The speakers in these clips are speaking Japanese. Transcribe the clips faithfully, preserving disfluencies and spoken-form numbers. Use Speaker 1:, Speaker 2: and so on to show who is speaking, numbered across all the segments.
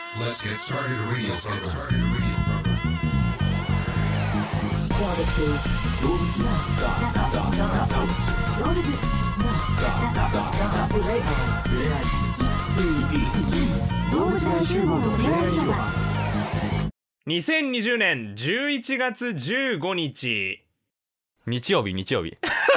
Speaker 1: Let's get started radio program.
Speaker 2: 動物な動物動物な触れ合い動物大集合の恋愛広場。
Speaker 3: にせんにじゅうねんじゅういちがつじゅうごにち
Speaker 4: 日曜日日曜日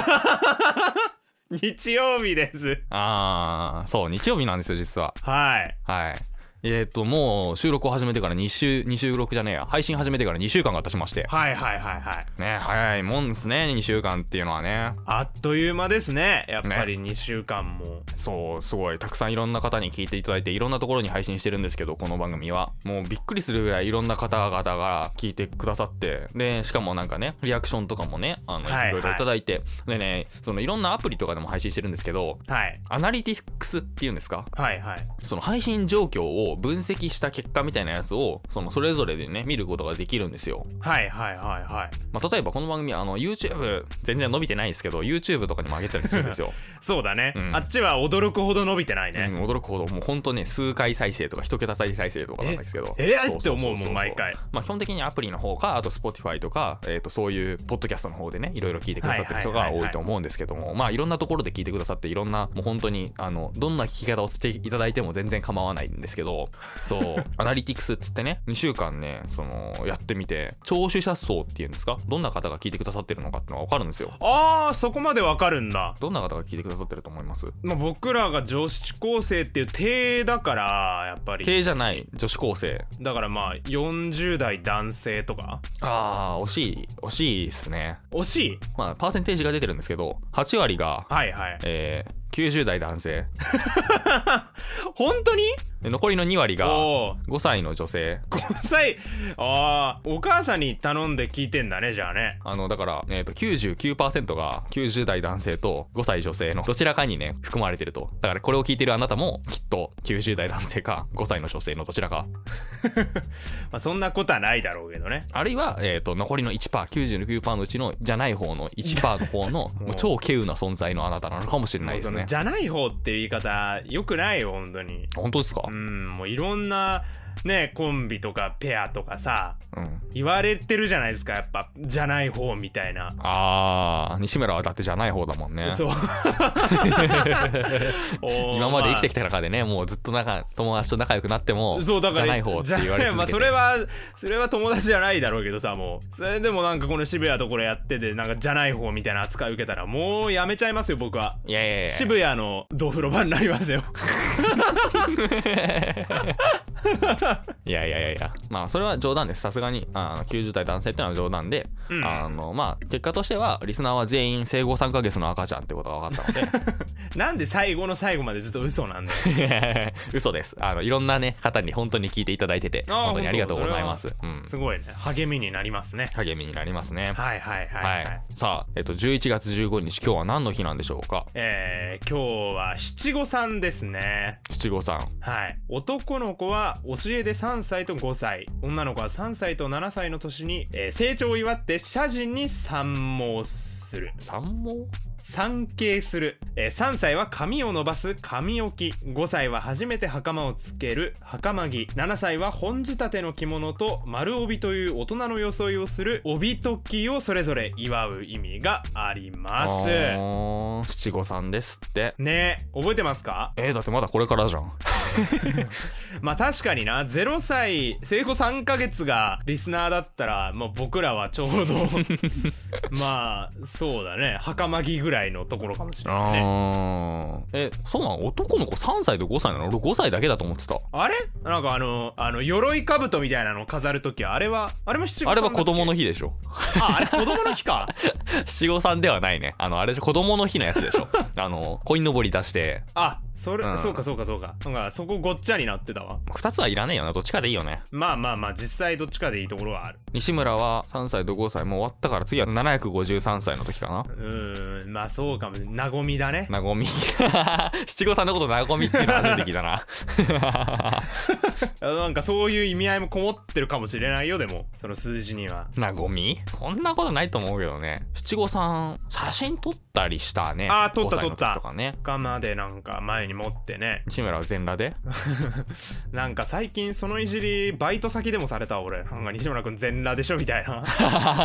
Speaker 3: 日曜日です。
Speaker 4: あーそう日曜日なんですよ実は。
Speaker 3: はい
Speaker 4: はいえーともう収録を始めてから2週2収録じゃねえや配信始めてからにしゅうかんが経ちまして
Speaker 3: はいはいはいはい
Speaker 4: ね早いもんですねにしゅうかんっていうのはね。
Speaker 3: あっという間ですねやっぱりにしゅうかんも、ね、
Speaker 4: そうすごいたくさんいろんな方に聞いていただいていろんなところに配信してるんですけどこの番組はもうびっくりするぐらいいろんな方々が聞いてくださってでしかもなんかねリアクションとかもねあの、はいはい、いろいろいただいてでねそのいろんなアプリとかでも配信してるんですけど、はい、アナリティクスっていうんですかはいはいその配信状況を分析した結果みたいなやつをそのそれぞれでね見ることができるんですよ。はいはいはいはい。まあ例えばこの番組あの YouTube 全然伸びてないですけど YouTube とかにも上げたりするんですよ。
Speaker 3: そうだね、うん、あっちは驚くほど伸びてないね。うん、
Speaker 4: 驚くほどもうほんとね数回再生とか一桁再生とかなんですけど。
Speaker 3: ええって思うもん毎回。
Speaker 4: まあ基本的にアプリの方かあと Spotify とかえっ、ー、とそういうポッドキャストの方でねいろいろ聞いてくださってる人が多いと思うんですけどもまあいろんなところで聞いてくださっていろんなもう本当にあのどんな聞き方をしていただいても全然構わないんですけどそうアナリティクスつってねにしゅうかんねそのやってみて聴取者層っていうんですかどんな方が聞いてくださってるのかってのが分かるんですよ。
Speaker 3: あーそこまで分かるんだ。
Speaker 4: どんな方が聞いてくださってると思います？
Speaker 3: まあ、僕らが女子高生っていう体だからやっぱり
Speaker 4: 体じゃない女子高生
Speaker 3: だからまあよんじゅうだい男性とか。あ
Speaker 4: ー惜しい惜しいですね。
Speaker 3: 惜しい
Speaker 4: まあパーセンテージが出てるんですけどはちわりが
Speaker 3: はいはい
Speaker 4: えーきゅうじゅうだい男性
Speaker 3: 本当に？
Speaker 4: で残りのにわりがごさいの女性。
Speaker 3: ごさいああお母さんに頼んで聞いてんだねじゃあね。
Speaker 4: あのだから、えー、と きゅうじゅうきゅうパーセント がきゅうじゅうだい男性とごさい女性のどちらかにね含まれてると。だからこれを聞いてるあなたもきっときゅうじゅうだい男性かごさいの女性のどちらか
Speaker 3: まあそんなことはないだろうけどね。
Speaker 4: あるいは、えー、と残りの いちパーセントきゅうじゅうきゅうパーセント のうちのじゃない方の いちパーセント の方のもう超稀有な存在のあなたなのかもしれないですね。
Speaker 3: じゃない方っていう言い方よくないよ本当に。
Speaker 4: 本当ですか？
Speaker 3: うんもういろんなねコンビとかペアとかさ、うん、言われてるじゃないですかやっぱじゃない方みたいな。
Speaker 4: あー西村はだってじゃない方だもんね。そう今まで生きてきた中でねもうずっと仲友達と仲良くなってもそうだからじゃない方って言われ続けて
Speaker 3: まあそれはそれは友達じゃないだろうけどさもうそれでもなんかこの渋谷とこれやっててなんかじゃない方みたいな扱い受けたらもうやめちゃいますよ僕は。
Speaker 4: いやいやいや
Speaker 3: 渋谷のド風呂場になりますよ
Speaker 4: いやいやいやいやまあそれは冗談です。さすがにあのきゅうじゅうだい男性ってのは冗談で、うん、あのまあ結果としてはリスナーは全員生後さんかげつの赤ちゃんってことが分かったので
Speaker 3: なんで最後の最後までずっと嘘なんだよ
Speaker 4: 嘘です。あのいろんなね方に本当に聞いていただいてて本当にありがとうございます。
Speaker 3: うん、すごいね励みになりますね。
Speaker 4: 励みになりますね。
Speaker 3: はいはいはい、はい
Speaker 4: はい、さあえっとじゅういちがつじゅうごにち今日は何の日なんでしょうか？
Speaker 3: えー、今日は七五三ですね。
Speaker 4: 七五三
Speaker 3: はい男の子は教えでさんさいとごさい女の子はさんさいとななさいの年に、えー、成長を祝って社人に参謀する。
Speaker 4: 参謀
Speaker 3: 参詣する、えー、さんさいは髪を伸ばす髪置きごさいは初めて袴をつける袴着ななさいは本仕立ての着物と丸帯という大人の装いをする帯解きをそれぞれ祝う意味があります。
Speaker 4: 七五三ですって
Speaker 3: ね覚えてますか？
Speaker 4: えー、だってまだこれからじゃん
Speaker 3: まあ確かになゼロさい生後さんかげつがリスナーだったら、まあ、僕らはちょうどまあそうだね袴着ぐらいのところかもしれないね。
Speaker 4: あえそうなの男の子さんさいとごさいなの？俺ごさいだけだと思ってた。
Speaker 3: あれなんかあのあの鎧兜みたいなの飾るときあれはあれも七五三
Speaker 4: あれは子供の日でしょ
Speaker 3: ああれ子供の日か
Speaker 4: 七五三ではないね。あのあれ子供の日のやつでしょあの鯉のぼり出して
Speaker 3: あそれ、うん、そうかそうかそうかなんかそこごっちゃになってたわ。
Speaker 4: ふたつはいらねえよなどっちかでいいよね。
Speaker 3: まあまあまあ実際どっちかでいいところはある。
Speaker 4: 西村はさんさいとごさいもう終わったから次はななひゃくごじゅうさんさいの時かな。
Speaker 3: うーんまあそうかもなごみだね。
Speaker 4: なごみ七五三のことなごみっていうのは初めて聞いたな
Speaker 3: なんかそういう意味合いもこもってるかもしれないよ。でもその数字には
Speaker 4: なごみそんなことないと思うけどね。七五三写真撮ってたりしたね。
Speaker 3: あー撮った撮った
Speaker 4: ごさいの時とかね。
Speaker 3: 釜でなんか前に持ってね
Speaker 4: 西村は全裸で
Speaker 3: なんか最近そのいじりバイト先でもされたわ俺。なんか西村くん全裸でしょみたいな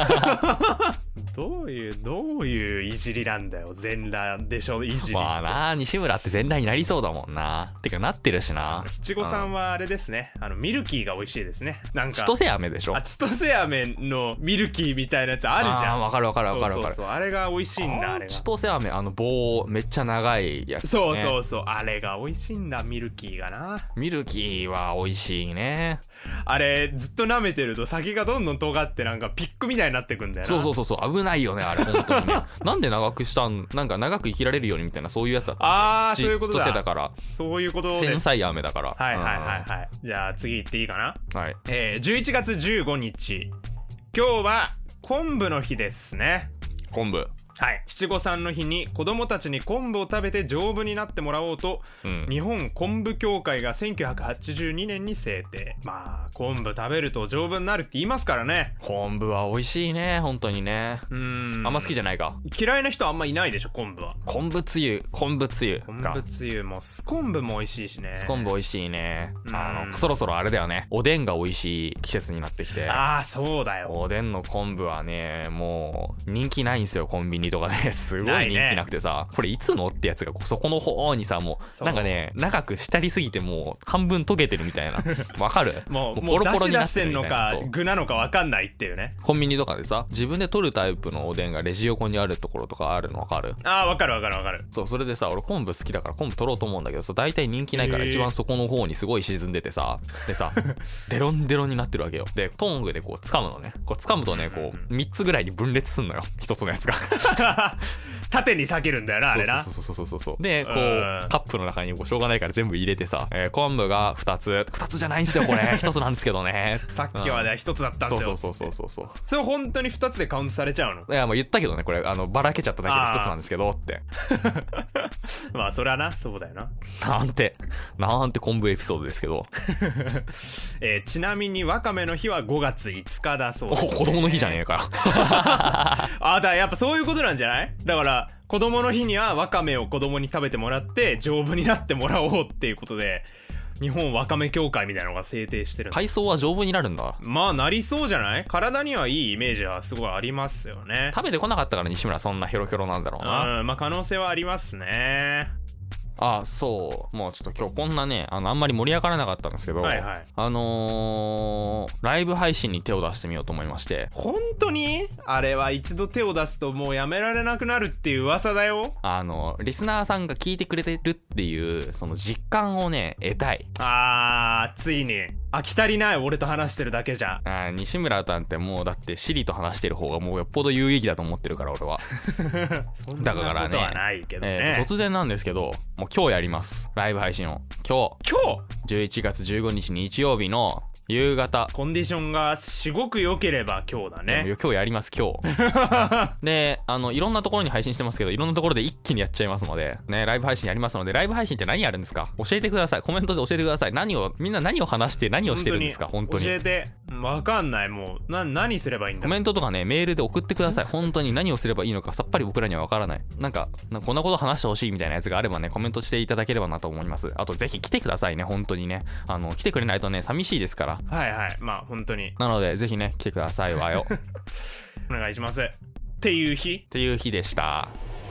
Speaker 3: どういうどういういじりなんだよ全裸でしょいじり。
Speaker 4: まあな、西村って全裸になりそうだもんな。てかなってるしな。
Speaker 3: 七五三はあれですね、あのミルキーが美味しいですね。なんか
Speaker 4: 千歳飴でしょ。
Speaker 3: あ、千歳飴のミルキーみたいなやつあるじゃん。
Speaker 4: あーわかるわかるわかるわかる。
Speaker 3: そうそうそう、あれが美味しいんだ。あれが
Speaker 4: 千歳飴、あの棒めっちゃ長いやつ、ね、
Speaker 3: そうそうそう、あれが美味しいんだミルキーがな。
Speaker 4: ミルキーは美味しいね。
Speaker 3: あれずっと舐めてると先がどんどん尖ってなんかピックみたいになってくんだよな。
Speaker 4: そうそうそうそう、危ないよねあれ本当にねなんで長くしたん、なんか長く生きられるようにみたいな、そういうやつだった。
Speaker 3: ああそういうことだ。
Speaker 4: 千歳だから
Speaker 3: そういうことです。
Speaker 4: 繊細飴だから。
Speaker 3: はいはいはいはい、じゃあ次行っていいかな。
Speaker 4: うん、はい。
Speaker 3: えー、じゅういちがつじゅうごにち、今日は昆布の日ですね。
Speaker 4: 昆布。
Speaker 3: はい、七五三の日に子供たちに昆布を食べて丈夫になってもらおうと、うん、日本昆布協会がせんきゅうひゃくはちじゅうにねんに制定。まあ昆布食べると丈夫になるって言いますからね。
Speaker 4: 昆布は美味しいね本当にね。
Speaker 3: うーん、
Speaker 4: あんま好きじゃないか。
Speaker 3: 嫌いな人あんまいないでしょ昆布は。
Speaker 4: 昆布つゆ、昆布つゆ
Speaker 3: 昆布つゆもス昆布も美味しいしね。
Speaker 4: ス昆布美味しいね。あのそろそろあれだよね、おでんが美味しい季節になってきて。
Speaker 3: ああそうだよ、
Speaker 4: おでんの昆布はねもう人気ないんですよコンビニとかですごい人気なくてさ、ね、これいつのってやつがそこの方にさ、もうなんかね長く浸りすぎてもう半分溶けてるみたいなわかる
Speaker 3: もうもう出し出してんのか具なのかわかんないっていうね。
Speaker 4: コンビニとかでさ自分で取るタイプのおでんがレジ横にあるところとかあるのわかる？
Speaker 3: あーわかるわかるわかる。
Speaker 4: そうそれでさ俺昆布好きだから昆布取ろうと思うんだけどさ、大体人気ないから一番そこの方にすごい沈んでてさ、でさデロンデロンになってるわけよ。でトングでこう掴むのね、こう掴むとねこうみっつぐらいに分裂すんのよ一つのやつが
Speaker 3: 縦に裂けるんだよなあれな。
Speaker 4: そうそうそうそうそうそうでこうカップの中にこうしょうがないから全部入れてさ、えー、昆布がふたつふたつじゃないんですよこれひとつなんですけどね
Speaker 3: さっきはねひとつだったんですよ。
Speaker 4: そうそうそうそうそう
Speaker 3: それ本当にふたつでカウントされちゃうの？
Speaker 4: いやもう言ったけどねこれあのばらけちゃっただけでひとつなんですけどって
Speaker 3: まあそれはなそうだよな。
Speaker 4: なんてなんて昆布エピソードですけど
Speaker 3: えー、ちなみにわかめの日はごがついつかだそうです、ね、
Speaker 4: お子供の日じゃねえかよ
Speaker 3: あだやっぱそういうことなんじゃない？だから子供の日にはわかめを子供に食べてもらって丈夫になってもらおうっていうことで日本わかめ協会みたいなのが制定してるんだ。
Speaker 4: 海藻は丈夫になるんだ。
Speaker 3: まあなりそうじゃない？体にはいいイメージはすごいありますよね。
Speaker 4: 食べてこなかったから西村そんなヘロヘロなんだろうな。
Speaker 3: うんまあ可能性はありますね。
Speaker 4: あそうもうちょっと今日こんなねあのあんまり盛り上がらなかったんですけど、
Speaker 3: はいはい、
Speaker 4: あのー、ライブ配信に手を出してみようと思いまして。
Speaker 3: 本当にあれは一度手を出すともうやめられなくなるっていう噂だよ。
Speaker 4: あのリスナーさんが聞いてくれてるっていうその実感をね得たい。
Speaker 3: あーついに飽き足りない俺と話してるだけじゃ。
Speaker 4: あ西村さんってもうだってシリと話してる方がもうよっぽど有意義だと思ってるから俺は
Speaker 3: そんなことはないけどね、
Speaker 4: えー、突然なんですけどもう今日やりますライブ配信を。今日
Speaker 3: 今日
Speaker 4: じゅういちがつじゅうごにち日曜日の夕方、
Speaker 3: コンディションがすごく良ければ今日だね。
Speaker 4: 今日やります今日であのいろんなところに配信してますけどいろんなところで一気にやっちゃいますのでね、ライブ配信やりますので、ライブ配信って何やるんですか教えてください。コメントで教えてください。何をみんな何を話して何をしてるんですか本当に
Speaker 3: 教えて。わかんないもうな何すればいいんだ。
Speaker 4: コメントとかねメールで送ってください。本当に何をすればいいのかさっぱり僕らにはわからない。なんかなんかこんなこと話してほしいみたいなやつがあればねコメントしていただければなと思います。あとぜひ来てくださいね本当にね。あの来てくれないとね寂しいですから。
Speaker 3: はいはいまあ本当に
Speaker 4: なのでぜひね来てくださいわよ
Speaker 3: お願いしますっていう日
Speaker 4: っていう日でした。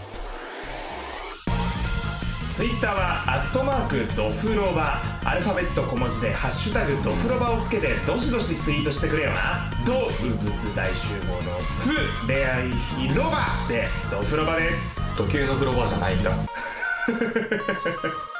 Speaker 3: ツイッターはアットマークドフロバ、アルファベット小文字でハッシュタグドフロバをつけてどしどしツイートしてくれよな。動物大集合のフ恋愛広場でドフロバです。
Speaker 4: 時計の風呂場じゃないんだ